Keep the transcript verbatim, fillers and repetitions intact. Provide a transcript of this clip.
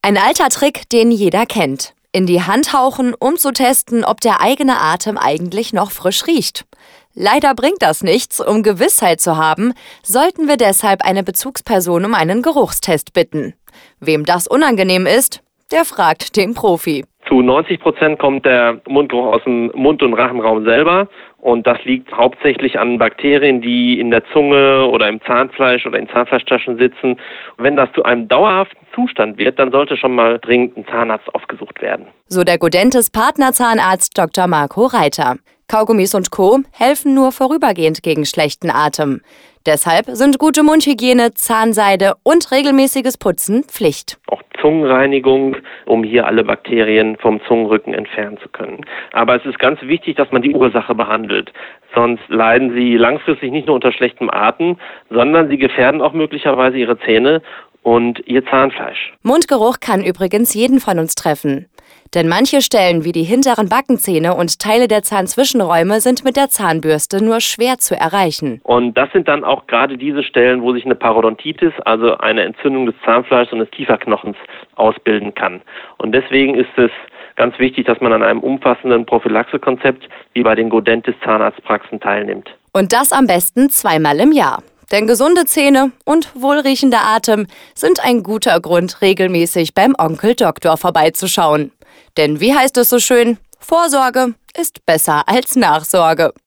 Ein alter Trick, den jeder kennt. In die Hand hauchen, um zu testen, ob der eigene Atem eigentlich noch frisch riecht. Leider bringt das nichts. Um Gewissheit zu haben, sollten wir deshalb eine Bezugsperson um einen Geruchstest bitten. Wem das unangenehm ist, der fragt den Profi. Zu neunzig Prozent kommt der Mundgeruch aus dem Mund- und Rachenraum selber. Und das liegt hauptsächlich an Bakterien, die in der Zunge oder im Zahnfleisch oder in Zahnfleischtaschen sitzen. Wenn das zu einem dauerhaften Zustand wird, dann sollte schon mal dringend ein Zahnarzt aufgesucht werden. So der Godentes Partnerzahnarzt Doktor Marco Reiter. Kaugummis und Co. helfen nur vorübergehend gegen schlechten Atem. Deshalb sind gute Mundhygiene, Zahnseide und regelmäßiges Putzen Pflicht. Auch Zungenreinigung, um hier alle Bakterien vom Zungenrücken entfernen zu können. Aber es ist ganz wichtig, dass man die Ursache behandelt. Sonst leiden Sie langfristig nicht nur unter schlechtem Atem, sondern Sie gefährden auch möglicherweise Ihre Zähne und Ihr Zahnfleisch. Mundgeruch kann übrigens jeden von uns treffen. Denn manche Stellen wie die hinteren Backenzähne und Teile der Zahnzwischenräume sind mit der Zahnbürste nur schwer zu erreichen. Und das sind dann auch gerade diese Stellen, wo sich eine Parodontitis, also eine Entzündung des Zahnfleisches und des Kieferknochens, ausbilden kann. Und deswegen ist es ganz wichtig, dass man an einem umfassenden Prophylaxekonzept wie bei den Godentes Zahnarztpraxen teilnimmt. Und das am besten zweimal im Jahr. Denn gesunde Zähne und wohlriechender Atem sind ein guter Grund, regelmäßig beim Onkel Doktor vorbeizuschauen. Denn wie heißt es so schön, Vorsorge ist besser als Nachsorge.